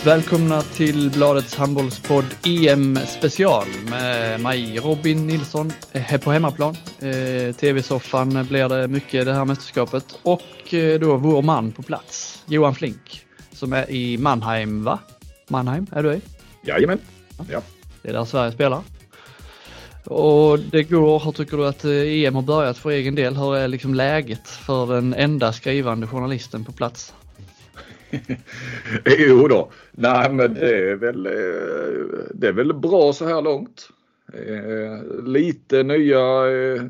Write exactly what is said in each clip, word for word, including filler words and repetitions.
Varmt välkomna till Bladets handbollspodd E M-special med mig Robin Nilsson här på hemmaplan. Eh, Tv-soffan blir det mycket det här mästerskapet och eh, då vår man på plats, Johan Flink, som är i Mannheim, va? Mannheim, är du i? Jajamän. Ja. Det är där Sverige spelar. Och det går, hur tycker du att E M har börjat för egen del? Hur är liksom läget för den enda skrivande journalisten på plats? Jo då. Nej, men det är väl det är väl bra så här långt. Lite nya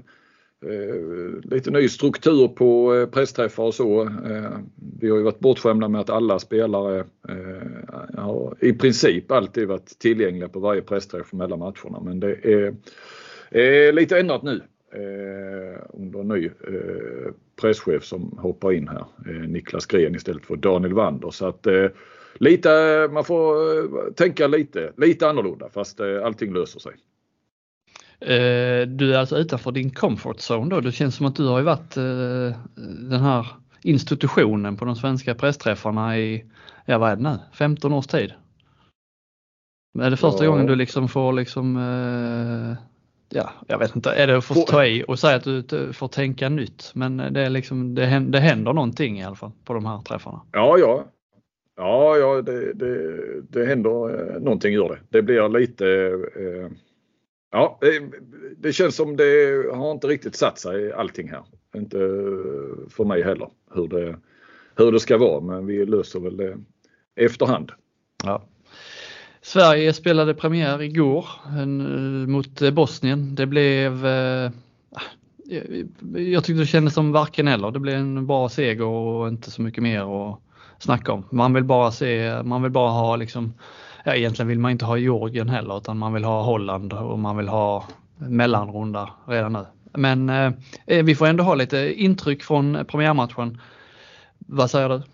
lite ny struktur på pressträffar och så. Vi har ju varit bortskämda med att alla spelare har i princip alltid varit tillgängliga på varje pressträff mellan matcherna, men det är, är lite ändrat nu. Eh, under en ny eh, presschef som hoppar in här, eh, Niklas Gren istället för Daniel Wander, så att eh, lite, man får eh, tänka lite lite annorlunda, fast eh, allting löser sig. Eh, du är alltså utanför din comfort zone då. Det känns som att du har ju varit eh, den här institutionen på de svenska pressträffarna i, ja vad är det nu, femton års tid. Men är det första ja. gången du liksom får liksom eh, ja, jag vet inte, är det att få ta i och säga att du får tänka nytt, men det är liksom, det händer, det händer någonting i alla fall på de här träffarna. Ja, ja. Ja, ja, det, det, det händer eh, någonting gör det. Det blir lite eh, ja, det, det känns som det har inte riktigt satt sig allting här. Inte för mig heller hur det, hur det ska vara, men vi löser väl det efterhand. Ja. Sverige spelade premiär igår en, mot Bosnien. Det blev, eh, jag tyckte det kändes som varken eller. Det blev en bra seger och inte så mycket mer att snacka om. Man vill bara se, man vill bara ha liksom, ja, egentligen vill man inte ha Georgien heller, utan man vill ha Holland och man vill ha mellanrunda redan nu. Men eh, vi får ändå ha lite intryck från premiärmatchen. Vad säger du?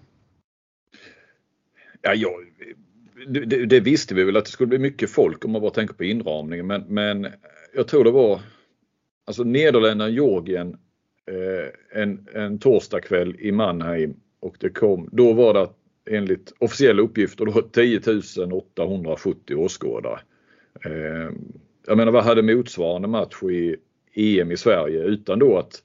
Ja, jag... Det, det visste vi väl att det skulle bli mycket folk om man bara tänker på inramningen, men, men jag tror det var alltså Nederländerna, Georgien eh, en, en torsdagkväll i Mannheim, och det kom, då var det enligt officiella uppgifter då tio tusen åttahundrasjuttio åskådare. Eh, jag menar, vad hade motsvarande match i E M i Sverige utan då att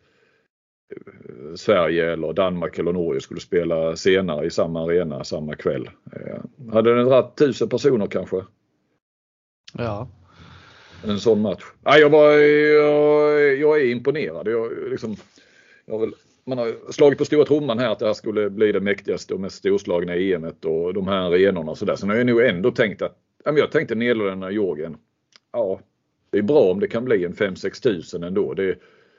Sverige eller Danmark eller Norge skulle spela senare i samma arena samma kväll? Eh, hade den dragit tusen personer kanske? Ja. En sån match. Ja, jag, var, jag, jag är imponerad. Jag, liksom, jag väl, man har slagit på stora trumman här att det här skulle bli det mäktigaste och mest storslagna E M:et och de här arenorna och sådär. Så jag har nog ändå tänkt att, jag tänkte Nederländerna och Georgien, ja, det är bra om det kan bli en fem sex tusen ändå. Det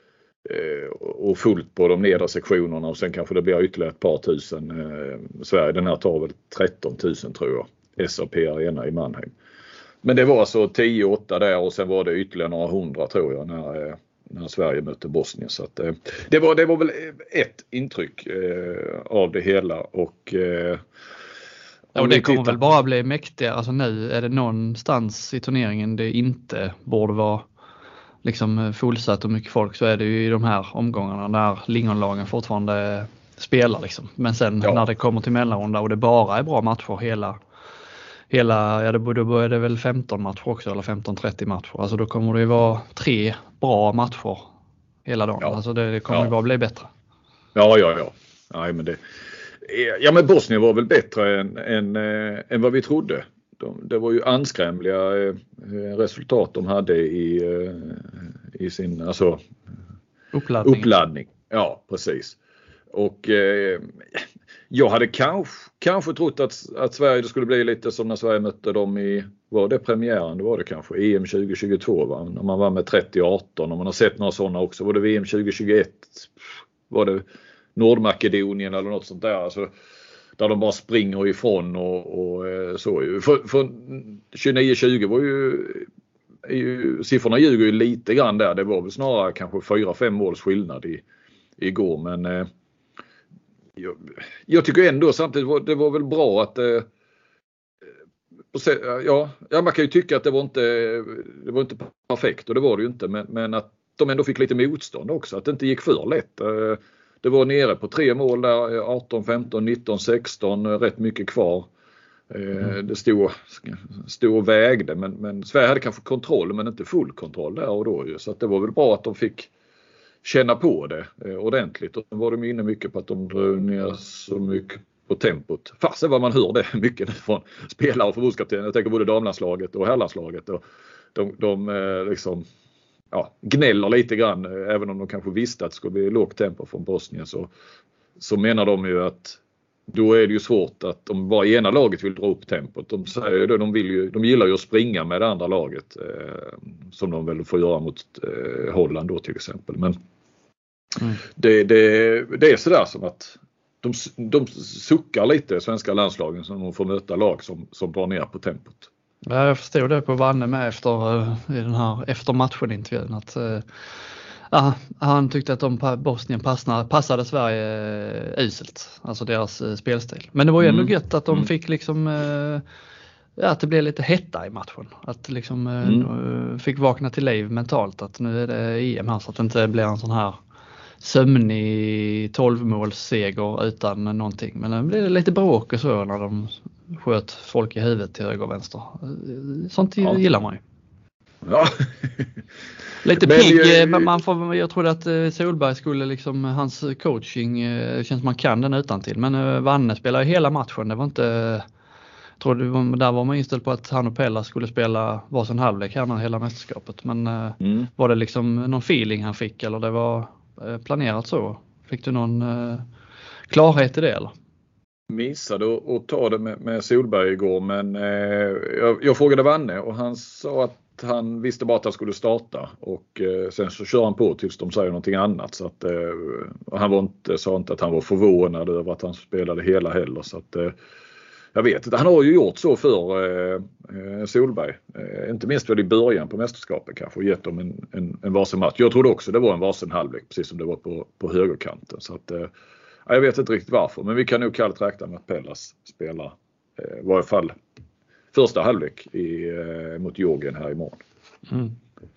och fullt på de nedre sektionerna, och sen kanske det blir ytterligare ett par tusen. Eh, Sverige, den här tar väl tretton tusen tror jag, S A P Arena i Mannheim. Men det var så tio åtta där, och sen var det ytterligare några hundra tror jag när, när Sverige mötte Bosnien. Så att, eh, det, var, det var väl ett intryck eh, av det hela. Och, eh, ja, och det kommer tittar... väl bara bli mäktigare. Alltså nu är det någonstans i turneringen det inte borde vara liksom fullsatt och mycket folk, så är det ju i de här omgångarna där lingonlagen fortfarande spelar liksom. Men sen ja. när det kommer till mellanrunda och det bara är bra matcher hela hela ja, då börjar det väl femton matcher också, eller femton trettio matcher. Alltså då kommer det ju vara tre bra matcher hela dagen. Ja. Alltså det, det kommer ja. ju bara bli bättre. Ja, ja, ja. Nej, men det ja, men Bosnien var väl bättre än än, äh, än vad vi trodde. De, det var ju anskrämliga eh, resultat de hade i, eh, i sin alltså, uppladdning. uppladdning. Ja, precis. Och eh, jag hade kanske, kanske trott att, att Sverige skulle bli lite som när Sverige mötte dem i, var det premiären? Det var det kanske, E M tjugo tjugotvå, va? När man var med trettio arton, och man har sett några sådana också. Var det V M tjugo tjugoett? Var det Nordmakedonien eller något sånt där? Alltså, där de bara springer ifrån och, och så. För, för tjugonio tjugo var ju, ju, siffrorna ljuger ju lite grann där. Det var väl snarare kanske fyra fem måls skillnad i, igår. Men eh, jag, jag tycker ändå samtidigt var, det var väl bra att eh, ja, ja, man kan ju tycka att det var inte, det var inte perfekt, och det var det ju inte. Men, men att de ändå fick lite motstånd också. Att det inte gick för lätt. Eh, Det var nere på tre mål där, arton, femton, nitton, sexton, rätt mycket kvar. Mm. Det stod, stod och vägde, men, men Sverige hade kanske kontroll men inte full kontroll där och då ju. Så att det var väl bra att de fick känna på det eh, ordentligt. Och sen var de inne mycket på att de drog ner så mycket på tempot. Fast vad man hör det mycket från spelare och förbundskapten. Jag tänker både damlandslaget och herrlandslaget. Och de de eh, liksom ja, gnäller lite grann, eh, även om de kanske visste att det skulle bli lågt tempo från Bosnien, så, så menar de ju att då är det ju svårt att om bara ena laget vill dra upp tempot. De säger det, de vill ju, de gillar ju att springa med det andra laget eh, som de väl får göra mot eh, Holland då till exempel. Men mm. det, det, det är sådär som att de, de suckar lite, svenska landslagen, som de får möta lag som, som drar ner på tempot. Ja, jag förstod det på Vanne med efter, i den här efter matchen-intervjun att uh, ja, han tyckte att de på Bosnien passade, passade Sverige uh, uselt, alltså deras uh, spelstil. Men det var ju ändå mm. gött att de mm. fick liksom uh, ja, att det blev lite hetta i matchen. Att liksom uh, mm. fick vakna till liv mentalt att nu är det E M här, så att det inte blir en sån här sömnig tolv-målsseger utan någonting. Men det blev lite bråk och så när de sköt folk i huvudet till höger och vänster. Sånt ja. gillar man ju. Ja. Lite pigg, men man får, jag trodde att Solberg skulle liksom, hans coaching känns som man kan den utantill. Men Vanne spelar ju hela matchen. Det var inte, jag trodde där var man inställd på att han och Pella skulle spela varsin halvlek här hela mästerskapet. Men mm. var det liksom någon feeling han fick, eller det var planerat så? Fick du någon uh, klarhet i det eller? Missade att ta det med, med Solberg igår, men eh, jag, jag frågade Vanne och han sa att han visste bara att han skulle starta, och eh, sen så kör han på tills de säger någonting annat, så att eh, han var inte, sa inte att han var förvånad över att han spelade hela heller, så att eh, jag vet inte. Han har ju gjort så för eh, Solberg. Eh, inte minst väl i början på mästerskapet kanske, och gett dem en, en, en varsin match. Jag trodde också det var en varsin halvlek, precis som det var på, på högerkanten. Så att, eh, jag vet inte riktigt varför, men vi kan nog kallt räkna med att Pellas spelar eh, i varje fall första halvlek i, eh, mot Georgien här imorgon. Mm.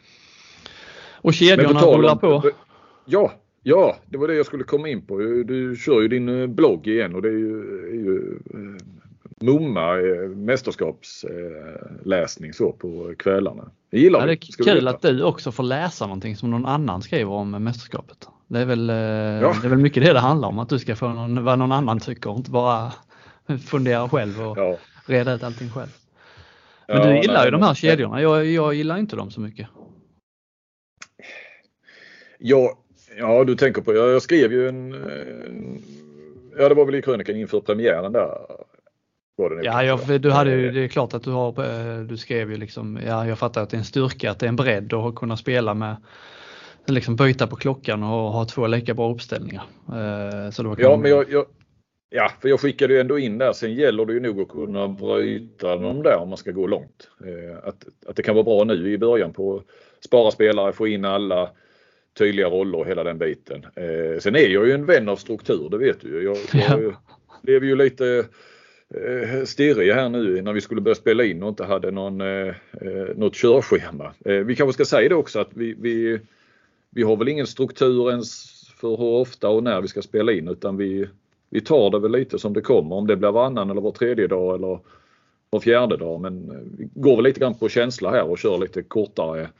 Och kedjorna rullar på. Ja, ja, det var det jag skulle komma in på. Du kör ju din blogg igen, och det är ju, är ju mumma mästerskapsläsning så på kvällarna. Jag gillar ja, det. är kul att du också får läsa någonting som någon annan skriver om mästerskapet. Det är väl, ja. det är väl mycket det det handlar om, att du ska få någon, vad någon annan tycker och inte bara fundera själv och ja. reda ut allting själv. Men ja, du gillar nej, ju de här kedjorna. Jag, jag gillar inte dem så mycket. Ja, ja du tänker på, jag skrev ju en, ja det var väl i krönikan inför premiären där. Ja, jag, du hade ju, det är klart att du har, du skrev ju liksom, ja jag fattar att det är en styrka, att det är en bredd att kunna spela med, liksom byta på klockan och ha två lika bra uppställningar. Så då kan ja, men jag, jag, ja, för jag skickade ju ändå in där, sen gäller det ju nog att kunna bryta dem där om man ska gå långt. Att, att det kan vara bra nu i början på spara spelare, få in alla tydliga roller och hela den biten. Sen är jag ju en vän av struktur, det vet du ju. Jag, jag ja. lever ju lite stirrig här nu när vi skulle börja spela in och inte hade någon, eh, något körschema. Eh, vi kanske ska säga det också att vi, vi, vi har väl ingen struktur ens för hur ofta och när vi ska spela in, utan vi, vi tar det väl lite som det kommer. Om det blir varannan eller var tredje dag eller var fjärde dag. Men vi går väl lite grann på känsla här och kör lite kortare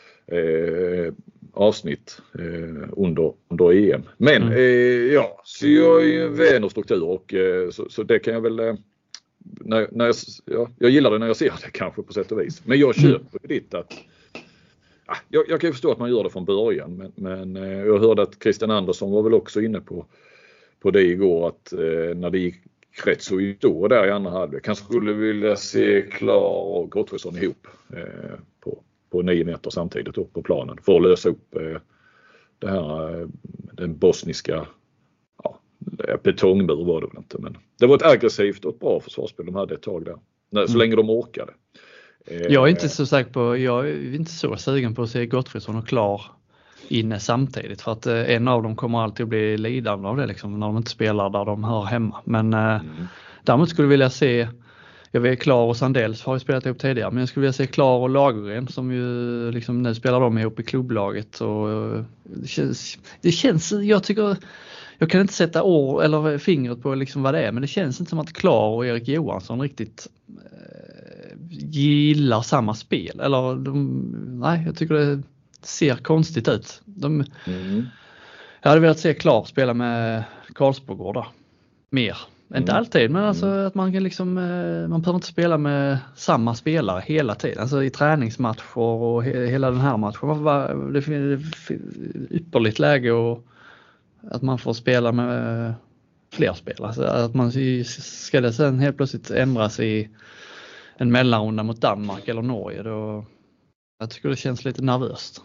eh, avsnitt eh, under, under E M. Men mm. eh, ja, så jag är ju vän av struktur och eh, så, så det kan jag väl eh, när, när jag, ja, jag gillar det när jag ser det kanske på sätt och vis. Men jag köper mm. ditt att ja, jag, jag kan ju förstå att man gör det från början, men, men eh, jag hörde att Christian Andersson var väl också inne på, på det igår, att eh, när det gick rätt så då där i andra halvlek kanske skulle vilja se Klar och Gottfridsson ihop eh, på på nio meter samtidigt upp på planen för att lösa upp eh, det här, eh, den bosniska ja, betongbur var det väl inte, men det var ett aggressivt och ett bra försvarsspel de hade ett tag där, när, så mm. länge de orkade. Eh, jag är inte så säker på, jag är inte så sugen på att se Gottfridsson och Klar inne samtidigt, för att eh, en av dem kommer alltid att bli lidande av det liksom, när de inte spelar där de hör hemma, men eh, mm. däremot skulle jag vilja se, jag vet Klar och Sandels har ju spelat ihop tidigare, men jag skulle vilja se Klar och Lagergren som ju liksom nu spelar de ihop i klubblaget, och det känns, det känns jag tycker jag kan inte sätta ord eller fingret på liksom vad det är, men det känns inte som att Klar och Erik Johansson riktigt eh, gillar samma spel. Eller de, nej, jag tycker det ser konstigt ut. De, mm. Jag hade velat se Klar spela med Karlsbogård där. Mer. Mm. Inte alltid, men alltså mm. att man kan liksom, man behöver inte spela med samma spelare hela tiden. Alltså i träningsmatcher och he, hela den här matchen. Det finns ypperligt läge och att man får spela med fler spelare. Alltså att man ska det sen helt plötsligt ändras i en mellanrunda mot Danmark eller Norge, då jag tycker det känns lite nervöst.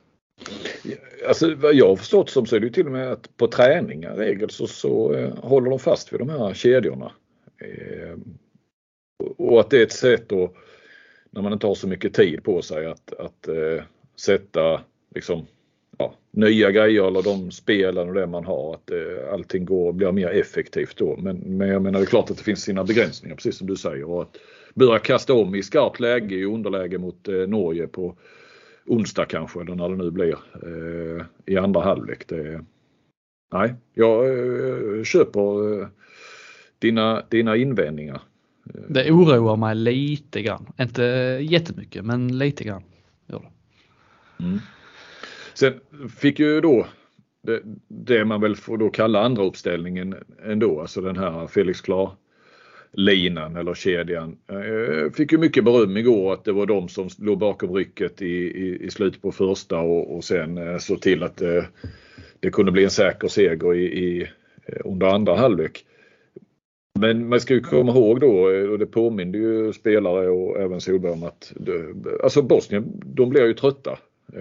Alltså vad jag har förstått som så är det ju till och med att på träningar regel så, så eh, håller de fast vid de här kedjorna. Eh, och att det är ett sätt då när man inte har så mycket tid på sig att, att eh, sätta liksom, ja, nya grejer eller de spelen och det man har, att eh, allting går blir mer effektivt då. Men, men jag menar det är klart att det finns sina begränsningar precis som du säger, och att börja kasta om i skarpt läge i underläge mot eh, Norge på onsdag kanske, eller när det nu blir eh, i andra halvlek. Det, nej, jag eh, köper eh, dina, dina invändningar. Det oroar mig lite grann. Inte jättemycket, men lite grann. Ja. Mm. Sen fick ju då det, det man väl får då kalla andra uppställningen ändå, alltså den här Felix Klar linan eller kedjan. Jag fick ju mycket beröm igår att det var de som låg bakom rycket i, i, i slutet på första och, och sen så till att det, det kunde bli en säker seger i, i, under andra halvlek. Men man ska ju komma ihåg då, och det påminner ju spelare och även Solberg om att det, alltså Bosnien, de blir ju trötta.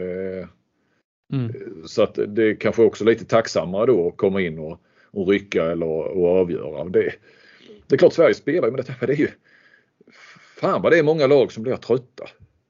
Mm. Så att det är kanske också lite tacksammare då att komma in och, och rycka eller och avgöra. Det, det är klart Sverige spelar ju med detta, för det är ju fan vad det är många lag som blir trötta.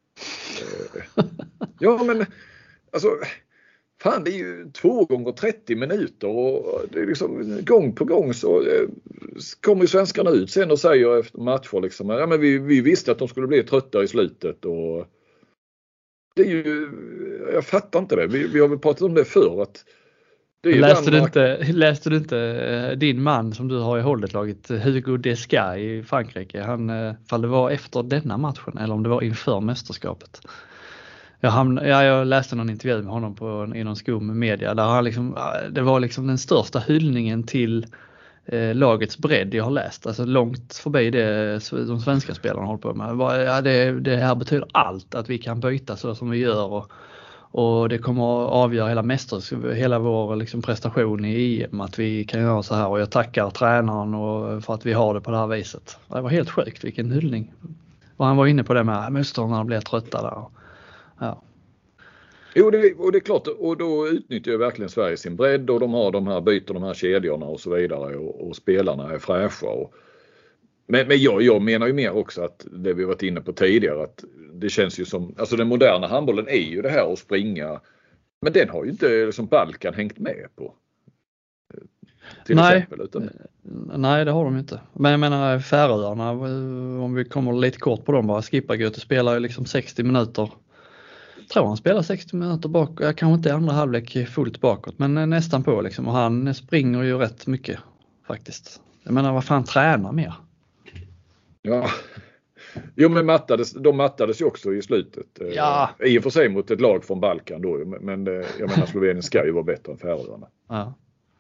Ja men alltså fan, det är ju två gånger trettio minuter och det är liksom gång på gång så eh, kommer ju svenskarna ut sen och säger efter matcher liksom, ja men vi, vi visste att de skulle bli trötta i slutet och det är ju, jag fattar inte det. Vi, vi har väl pratat om det förr att det är läste, Danmark... du inte, läste du inte din man som du har i hållet laget, Hugo Desca i Frankrike? Han, fall det var efter denna matchen eller om det var inför mästerskapet. Jag, hamn, ja, jag läste någon intervju med honom på, i någon skum media där han liksom, det var liksom den största hyllningen till eh, lagets bredd jag har läst. Alltså långt förbi det de svenska spelarna håller på med. Ja, det, det här betyder allt att vi kan byta så som vi gör och, och det kommer att avgöra hela mästerskapet, hela vår liksom, prestation i E M att vi kan göra så här, och jag tackar tränaren och, för att vi har det på det här viset. Det var helt sjukt, vilken hyllning. Och han var inne på det med att motståndarna blir trötta där. Ja. Jo, det, och det är klart, och då utnyttjar verkligen Sverige sin bredd och de har de här byter de här kedjorna och så vidare och, och spelarna är fräscha. Och, men men jag, jag menar ju mer också att det vi varit inne på tidigare, att det känns ju som, alltså den moderna handbollen är ju det här att springa, men den har ju inte som Balkan hängt med på. Till nej, exempel, utan... nej, det har de inte. Men jag menar Färöarna, om vi kommer lite kort på dem bara, Skipagöte spelar ju liksom sextio minuter. Jag tror han spelar sextio minuter bak, jag kanske inte i andra halvlek fullt bakåt, men nästan på liksom, och han springer ju rätt mycket faktiskt. Jag menar, vad fan tränar mer? Ja, jo men mattades, de mattades ju också i slutet. Ja. I och för sig mot ett lag från Balkan då, men jag menar Slovenien ska ju vara bättre än Färöarna. Ja.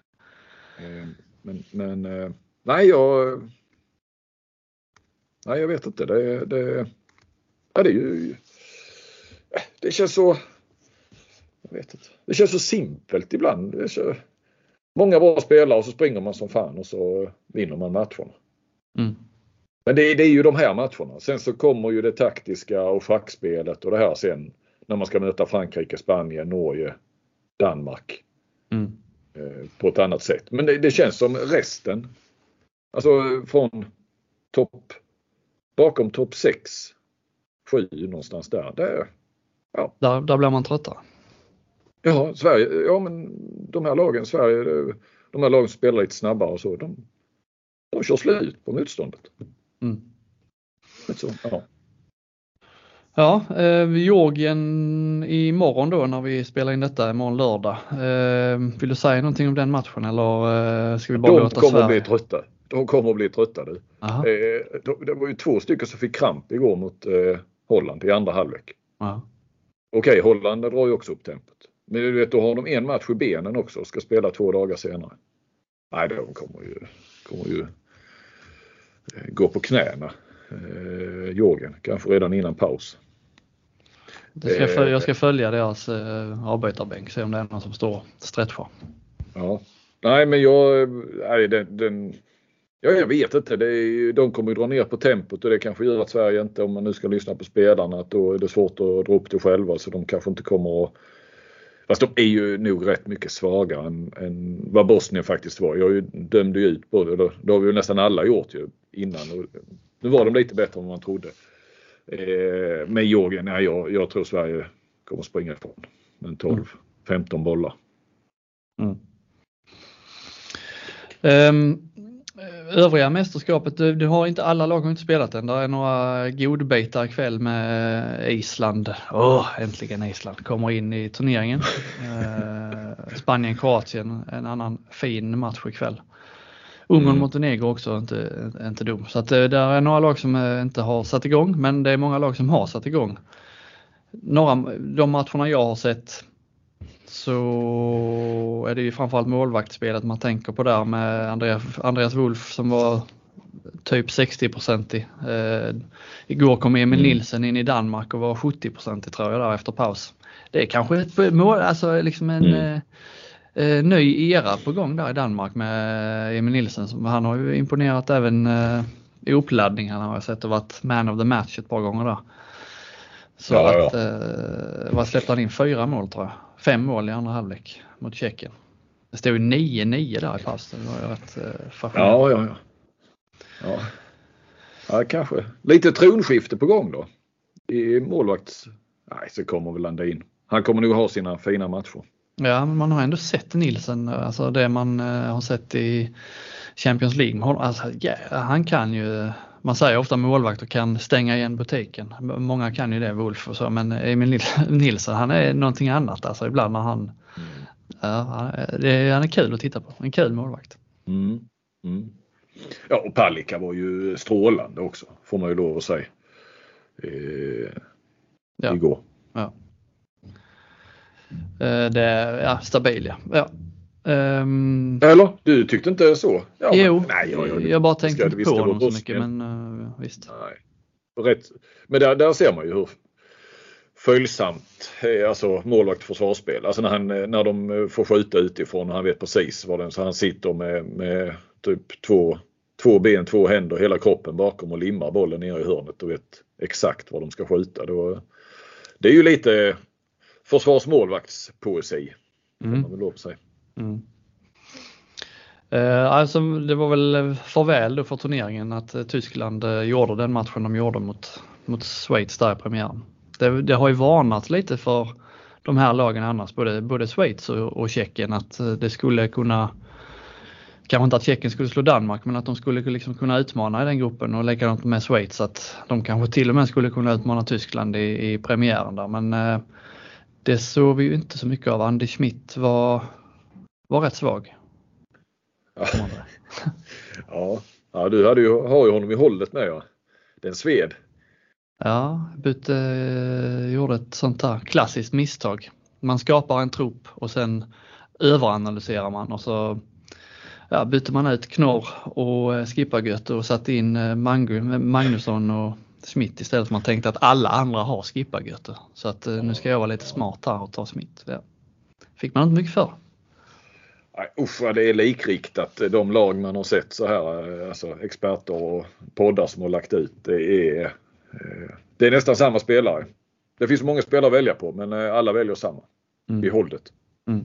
Men, men nej, jag nej, jag vet inte. Det, det, ja, det är ju det känns så jag vet inte. Det känns så simpelt ibland. Det är så, många bra spelare och så springer man som fan och så vinner man matcherna. Mm. Men det, det är ju de här matcherna. Sen så kommer ju det taktiska och schackspelet och det här sen när man ska möta Frankrike, Spanien, Norge, Danmark. Mm. På ett annat sätt. Men det, det känns som resten. Alltså från topp bakom topp sex sju någonstans där. där ja. Där, där blir man tröttare. Ja, Sverige, ja men de här lagen, Sverige, de här lagen spelar lite snabbare och så. De, de kör slut på motståndet. Mm. Så, ja. Ja, eh, Georgien imorgon då när vi spelar in detta imorgon lördag. Eh, vill du säga någonting om den matchen eller eh, ska vi bara De låta kommer Sverige? att bli trötta. De kommer att bli trötta nu. Eh, de, det var ju två stycken som fick kramp igår mot eh, Holland i andra halvlek. Ja. Okej, okay, Holland drar ju också upp tempot. Men du vet, då har de en match i benen också och ska spela två dagar senare. Nej, de kommer ju, kommer ju eh, gå på knäna. Eh, Georgien, kanske redan innan paus. Det ska jag, följa, jag ska följa deras eh, avbytarbänk, se om det är någon som står stretchar. Ja, nej men jag, nej, den, den, ja, jag vet inte. Det är, de kommer ju dra ner på tempot och det kanske gör att Sverige inte, om man nu ska lyssna på spelarna, att då är det svårt att dra upp det själva så de kanske inte kommer att. Fast de är ju nog rätt mycket svagare än, än vad Bosnien faktiskt var. Jag ju dömde ju ut på det. Då, då har vi ju nästan alla gjort ju innan. Och nu var de lite bättre än man trodde. Eh, med Georgien, ja, jag, jag tror Sverige kommer springa ifrån. Men tolv femton bollar. Mm. Um, övriga mästerskapet, du, du har inte alla lag har inte spelat än. Det är några godbitar ikväll med Island. Åh, oh, äntligen Island kommer in i turneringen. uh, Spanien, Kroatien, en annan fin match ikväll. Ungern, mm. Montenegro också inte, inte dum. Så att uh, där är några lag som uh, inte har satt igång, men det är många lag som har satt igång. Några, de matcherna jag har sett, så är det ju framförallt målvaktsspelet man tänker på där med Andreas, Andreas Wolf som var typ sextio procent i. Eh, igår kom Emil mm. Nielsen in i Danmark och var sjuttio procent i, tror jag, där efter paus. Det är kanske ett mål, alltså liksom en mm. eh, ny era på gång där i Danmark med Emil Nielsen. Han har ju imponerat även eh, i uppladdningen, har jag sett, och varit man of the match ett par gånger där. Så ja, ja. att, eh, vad släppte han in? Fyra mål, tror jag. Fem mål i andra halvlek mot Tjeckien. Det stod ju nio nio där i paus. Det var ju rätt eh, fascinerande. Ja, ja, ja. Ja. Ja, kanske. Lite tronskifte på gång då. I målvakts... Nej, så kommer väl landa in. Han kommer nog ha sina fina matcher. Ja, men man har ändå sett Nielsen. Alltså det man eh, har sett i Champions League. Alltså, yeah, han kan ju... Man säger ofta målvakter kan stänga igen butiken. Många kan ju det, Wolf och så, men Emil Nielsen, han är någonting annat. Alltså ibland när han, mm. ja, det är, han är kul att titta på. En kul målvakt. Mm. Mm. Ja, och Palicka var ju strålande också, får man ju lov att säga. Eh, ja. Igår. Ja. Eh, det är ja, stabil, ja. ja. Um, Eller? Du tyckte inte så? Ja, jo, men, nej, jag, jag, jag bara tänkte inte på honom så mycket, men uh, visst. Nej. Rätt. Men där, där ser man ju hur följsamt, alltså målvakt försvarsspel. Alltså när, han, när de får skjuta utifrån och han vet precis vad den, så han sitter med, med typ två, två ben, två händer, hela kroppen bakom och limmar bollen ner i hörnet och vet exakt vad de ska skjuta. Då, det är ju lite försvarsmålvaktspoesi, mm. kan man väl lov att säga. Mm. Eh, alltså det var väl farväl då för turneringen att eh, Tyskland eh, gjorde den matchen de gjorde mot, mot Schweiz där i premiären. Det, det har ju varnat lite för de här lagen annars, både, både Schweiz och, och Tjeckien, att eh, det skulle kunna, kanske inte att Tjeckien skulle slå Danmark, men att de skulle liksom kunna utmana i den gruppen, och likadant med Schweiz, att de kanske till och med skulle kunna utmana Tyskland i, i premiären där. Men eh, det såg vi ju inte så mycket av. Andy Schmidt var var rätt svag. Ja, ja. ja du hade ju, har ju honom i hållet med. Ja. Den sved. Ja, bytte, gjorde ett sånt där klassiskt misstag. Man skapar en trupp och sen överanalyserar man. Och så ja, bytte man ut Knorr och Skippergött och satte in Magnusson och Schmidt istället, för man tänkte att alla andra har Skippergött. Så att nu ska jag vara lite smart här och ta Schmidt. Ja. Fick man inte mycket för. Usch, det är likriktat de lag man har sett så här, alltså experter och poddar som har lagt ut. Det är, det är nästan samma spelare. Det finns många spelare att välja på, men alla väljer samma mm. i hållet. Mm.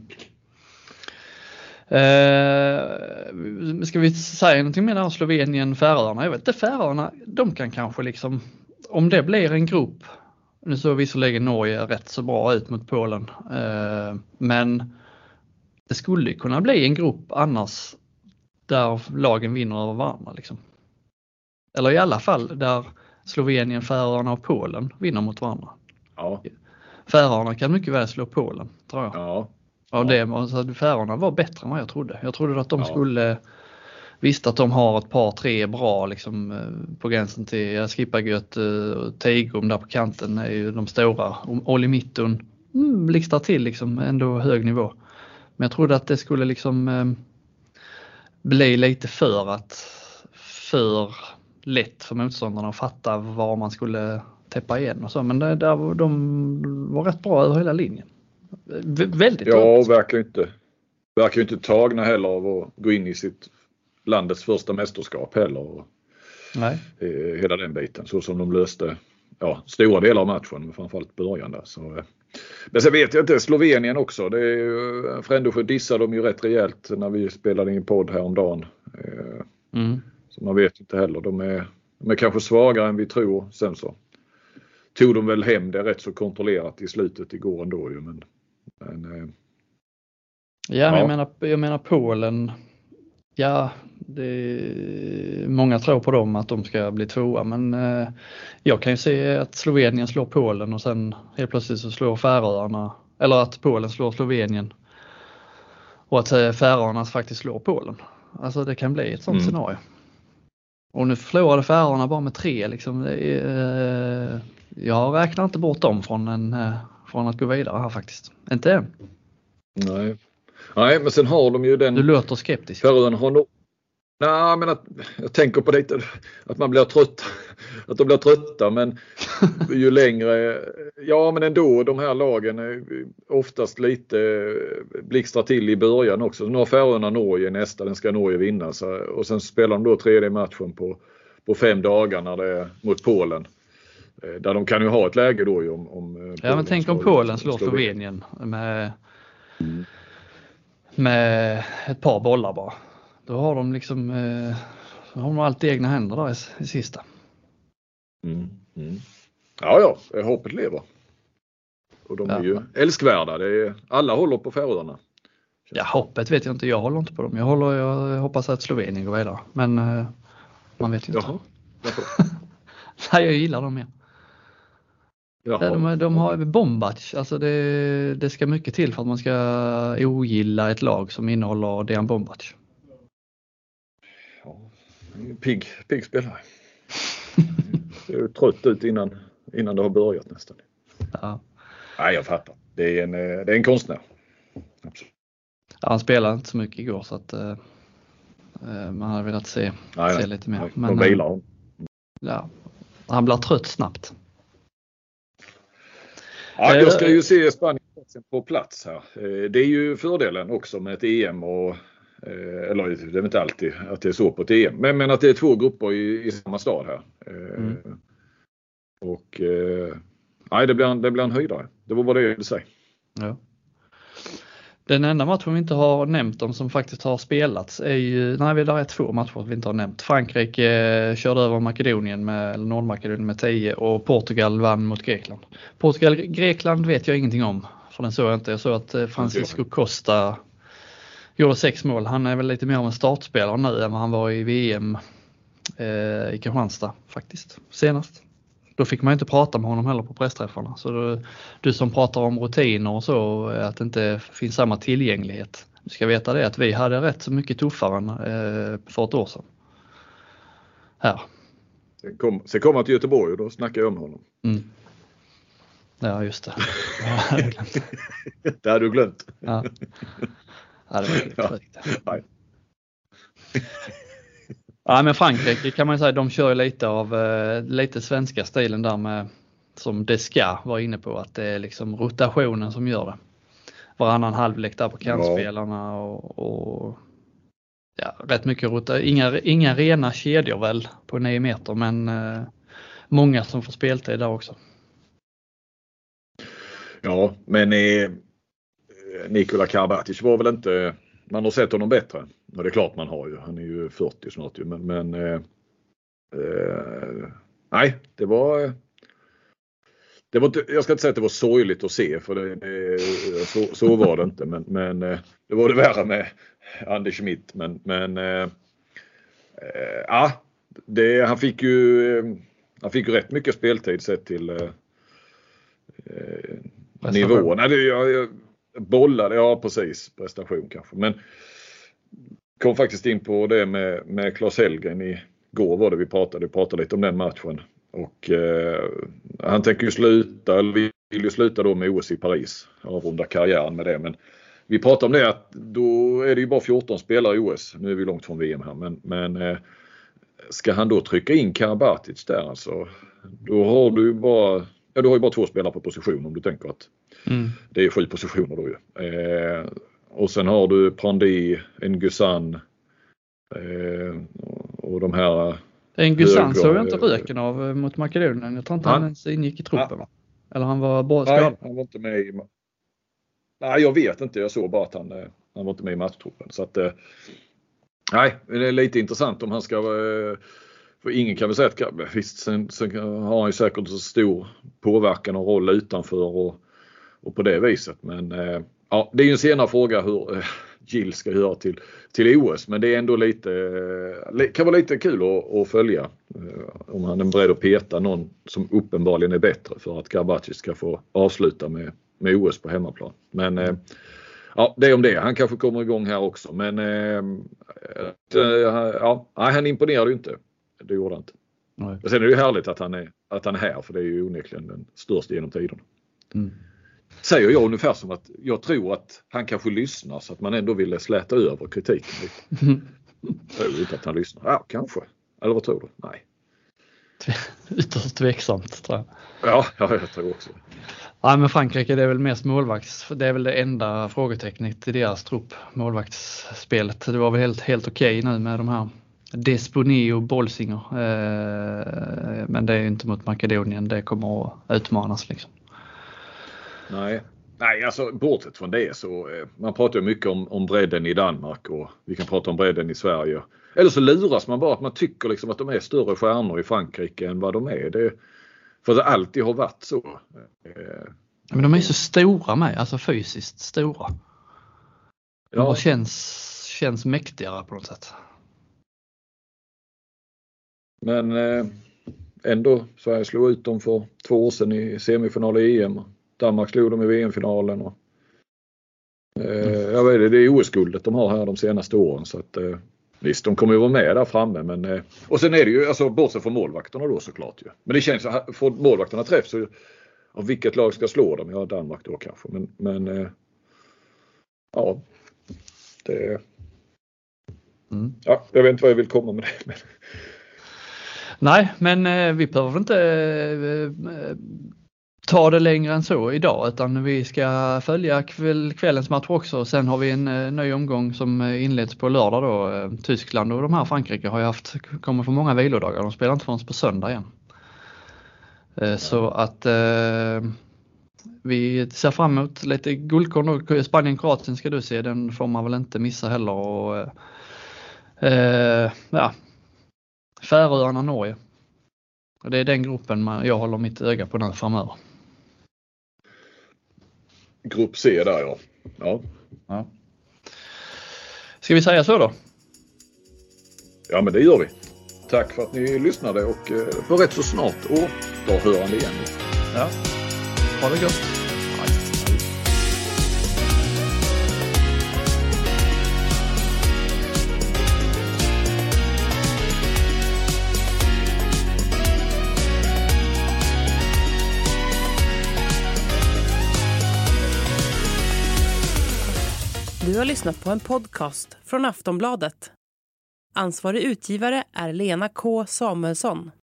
Eh, ska vi säga någonting mer om Slovenien, Färöarna? Jag vet inte, Färöarna, de kan kanske liksom, om det blir en grupp, nu så visserligen Norge rätt så bra ut mot Polen, eh, men det skulle kunna bli en grupp annars där lagen vinner över varandra liksom. Eller i alla fall där Slovenien, Färöarna och Polen vinner mot varandra. Ja. Färöarna kan mycket väl slå Polen, tror jag. Ja. Ja, det, alltså, Färöarna var bättre än vad jag trodde. Jag trodde att de Ja. skulle, visst att de har ett par, tre bra liksom, på gränsen till Skipagöt och Teigum där på kanten är ju de stora. Olli Mitton mm, blixtar till liksom, ändå hög nivå. Men jag trodde att det skulle liksom eh, bli lite för att för lätt för motståndarna att fatta var man skulle täppa igen och så. Men det, där, de var rätt bra över hela linjen. V- väldigt Ja, roligt. verkar inte, verkar inte tagna heller av att gå in i sitt landets första mästerskap heller. Och, Nej. eh, hela den biten. Så som de löste ja, stora delar av matchen, men framförallt början där. Så, eh. Men sen vet jag inte, Slovenien också. Det är ju, Frändesjö dissade de ju rätt rejält när vi spelade in podd häromdagen. Eh, Mm. Så man vet inte heller. De är, de är kanske svagare än vi tror. Sen så tog de väl hem det rätt så kontrollerat i slutet igår ändå ju. Men, men, eh, Ja, men ja. jag menar, jag menar Polen. Ja, det, många tror på dem att de ska bli tvåa, men eh, jag kan ju se att Slovenien slår Polen och sen helt plötsligt så slår Färöarna, eller att Polen slår Slovenien och att eh, Färöarna faktiskt slår Polen. Alltså det kan bli ett sånt Mm. scenario. Och nu förlorade Färöarna bara med tre liksom. Det är, eh, jag räknar inte bort dem från, en, eh, från att gå vidare här faktiskt. Inte än. Nej. Nej, men sen har de ju den... Du låter skeptisk. Färöarna har nog... Nej, men att, jag tänker på det att man blir trött. Att de blir trötta, men ju längre... Ja, men ändå, de här lagen är oftast lite blixtrar till i början också. Nu har Färöarna Norge nästa, den ska Norge vinna. Så, och sen spelar de då tredje matchen på, på fem dagar när det är mot Polen. Där de kan ju ha ett läge då ju om... om ja, men tänk om Polen slår Slovenien med... Mm. med ett par bollar bara. Då har de liksom eh, då har de alltid egna händer där i, i sista. Mm, mm. Ja, ja, hoppet lever. Och de ja. är ju älskvärda. Det är, alla håller på Färöarna. Ja, hoppet vet jag inte. Jag håller inte på dem. Jag, håller, jag hoppas att Slovenien går vidare. Men eh, man vet ju inte. Jaha. Nej, jag gillar dem mer. Jaha. De, de har Bombac. Alltså det, det ska mycket till för att man ska ogilla ett lag som innehåller Dejan Bombac. Ja, pigg, pigg spelare. Det är ju trött ut innan, innan det har börjat nästan. Ja. Nej, jag fattar. Det är en, det är en konstnär. Absolut. Ja, han spelade inte så mycket igår så att eh, man hade velat se, nej, se lite mer. Nej, men, de vilar hon. Ja, han blir trött snabbt. Ja, jag ska ju se Spanien på plats här. Det är ju fördelen också med ett E M och eller det är inte alltid att det är så på ett E M, men, men att det är två grupper i, i samma stad här. Mm. Och nej, det blir en, det blir en höjdare. Det var vad det jag ville säga. Ja. Den enda matchen vi inte har nämnt om som faktiskt har spelats är ju, nej, det är två matcher vi inte har nämnt. Frankrike eh, körde över Makedonien med, eller Nordmakedonien med tio och Portugal vann mot Grekland. Portugal-Grekland vet jag ingenting om, för den såg jag inte. Jag såg att eh, Francisco Costa gjorde sex mål. Han är väl lite mer av en startspelare nu än vad han var i V M eh, i Kristianstad faktiskt, senast. Då fick man inte prata med honom heller på pressträffarna. Så då, du som pratar om rutiner och så, att det inte finns samma tillgänglighet. Du ska veta det att vi hade rätt så mycket tuffare än eh, för ett år sedan. Här. Sen kom, sen kom han till Göteborg och då snackade jag om honom. Mm. Ja, just det. Det hade du glömt. Ja. Ja, det var helt ja. sjukt. Ja, men Frankrike kan man ju säga, de kör lite av eh, lite svenska stilen där med, som det ska vara inne på, att det är liksom rotationen som gör det. Varannan halvlek där på kantspelarna och, och ja, rätt mycket rota. Inga, inga rena kedjor väl på nio meter, men eh, många som får speltid där också. Ja, men eh, Nikola Karabatic var väl inte, man har sett honom bättre. Och det är klart man har ju, han är ju fyrtio snart ju, men, men eh, eh, nej, det var det var inte, jag ska inte säga att det var sorgligt att se, för det, det, så, så var det inte, men, men det var det värre med Anders Schmidt, men, men eh, eh, ja, det, han fick ju han fick ju rätt mycket speltid sett till eh, eh, nivån. Nej, det, jag, jag bollade, ja precis, prestation kanske. Men kom faktiskt in på det med, med Claes Hellgren i går var det vi pratade, vi pratade lite om den matchen. Och eh, han tänker ju sluta, eller vi vill ju sluta då med O S i Paris. Avrunda karriären med det, men vi pratade om det att då är det ju bara fjorton spelare i O S. Nu är vi långt från V M här, men, men eh, ska han då trycka in Karabatic där alltså, då har du ju bara, ja du har ju bara två spelare på position om du tänker att mm. det är sju positioner då ju. Eh, och sen har du Prandi, Ngusan eh, och de här. Ngusan såg jag inte röken av mot Makedonien. Jag tror inte han, han ens ingick i truppen va? Eller han var bara skadad. Nej, han var inte med i... Nej, jag vet inte. Jag såg bara att han, han var inte med i matchtruppen. Så att... Nej, det är lite intressant om han ska... För ingen kan väl säga att... Visst, sen, sen har han ju säkert så stor påverkan och roll utanför och, och på det viset. Men ja, det är ju en senare fråga hur Gill ska göra till, till O S. Men det är ändå lite... kan vara lite kul att, att följa. Om han är beredd att peta någon som uppenbarligen är bättre för att Karabatic ska få avsluta med, med O S på hemmaplan. Men mm. ja, det är om det. Han kanske kommer igång här också. Men äh, ja, han imponerar ju inte. Det gjorde han inte. Nej. Och sen är det ju härligt att han är, att han är här. För det är ju onekligen den största genom tiden. Mm. Säger jag ungefär som att jag tror att han kanske lyssnar så att man ändå ville släta över kritiken lite. Mm. Jag tror inte att han lyssnar. Ja, kanske. Eller vad tror du? Nej. Ytterst tveksamt tror jag. Ja, ja jag tror också. Ja, men Frankrike det är väl mest målvakts. Det är väl det enda frågetecknet i deras trupp. Målvaktsspelet. Det var väl helt, helt okej nu med de här Desponi och Bolsinger. Eh, men det är ju inte mot Makedonien. Det kommer att utmanas liksom. Nej. Nej, alltså bortsett från det så eh, man pratar ju mycket om, om bredden i Danmark och vi kan prata om bredden i Sverige. Eller så luras man bara att man tycker liksom att de är större stjärnor i Frankrike än vad de är. Det, för det alltid har varit så. Eh, Men de är så stora med, alltså fysiskt stora. De ja. känns, känns mäktigare på något sätt. Men eh, ändå Sverige slog ut dem för två år sedan i semifinal i E M. Danmark slog dem i V M-finalen. Och, eh, mm. jag vet det, det är O S-guldet de har här de senaste åren. Så att, eh, visst, de kommer ju vara med där framme. Men, eh, och sen är det ju, alltså bortsett från målvakterna då såklart ju. Men det känns så här, får målvakterna träff så av vilket lag ska slå dem? Ja, Danmark då kanske. Men, men eh, ja, det mm. ja, jag vet inte vad jag vill komma med det. Men. Nej, men eh, vi behöver inte eh, ta det längre än så idag utan vi ska följa kväll, kvällens match också. Sen har vi en eh, ny omgång som inleds på lördag då. Eh, Tyskland och de här Frankrike har ju haft, kommer från många vilodagar. De spelar inte förrän på söndag igen. Eh, så att eh, vi ser fram emot lite guldkorn och Spanien-Kroatien ska du se. Den får man väl inte missa heller. Och, eh, ja, Färöarna, Norge. Och det är den gruppen man, jag håller mitt öga på nu framöver. Grupp C där ja. ja. ja. Ska vi säga så då? Ja men det gör vi. Tack för att ni lyssnade och eh, på rätt så snart återhörande igen. Ja. Ha det gott. Du har lyssnat på en podcast från Aftonbladet. Ansvarig utgivare är Lena K. Samuelsson.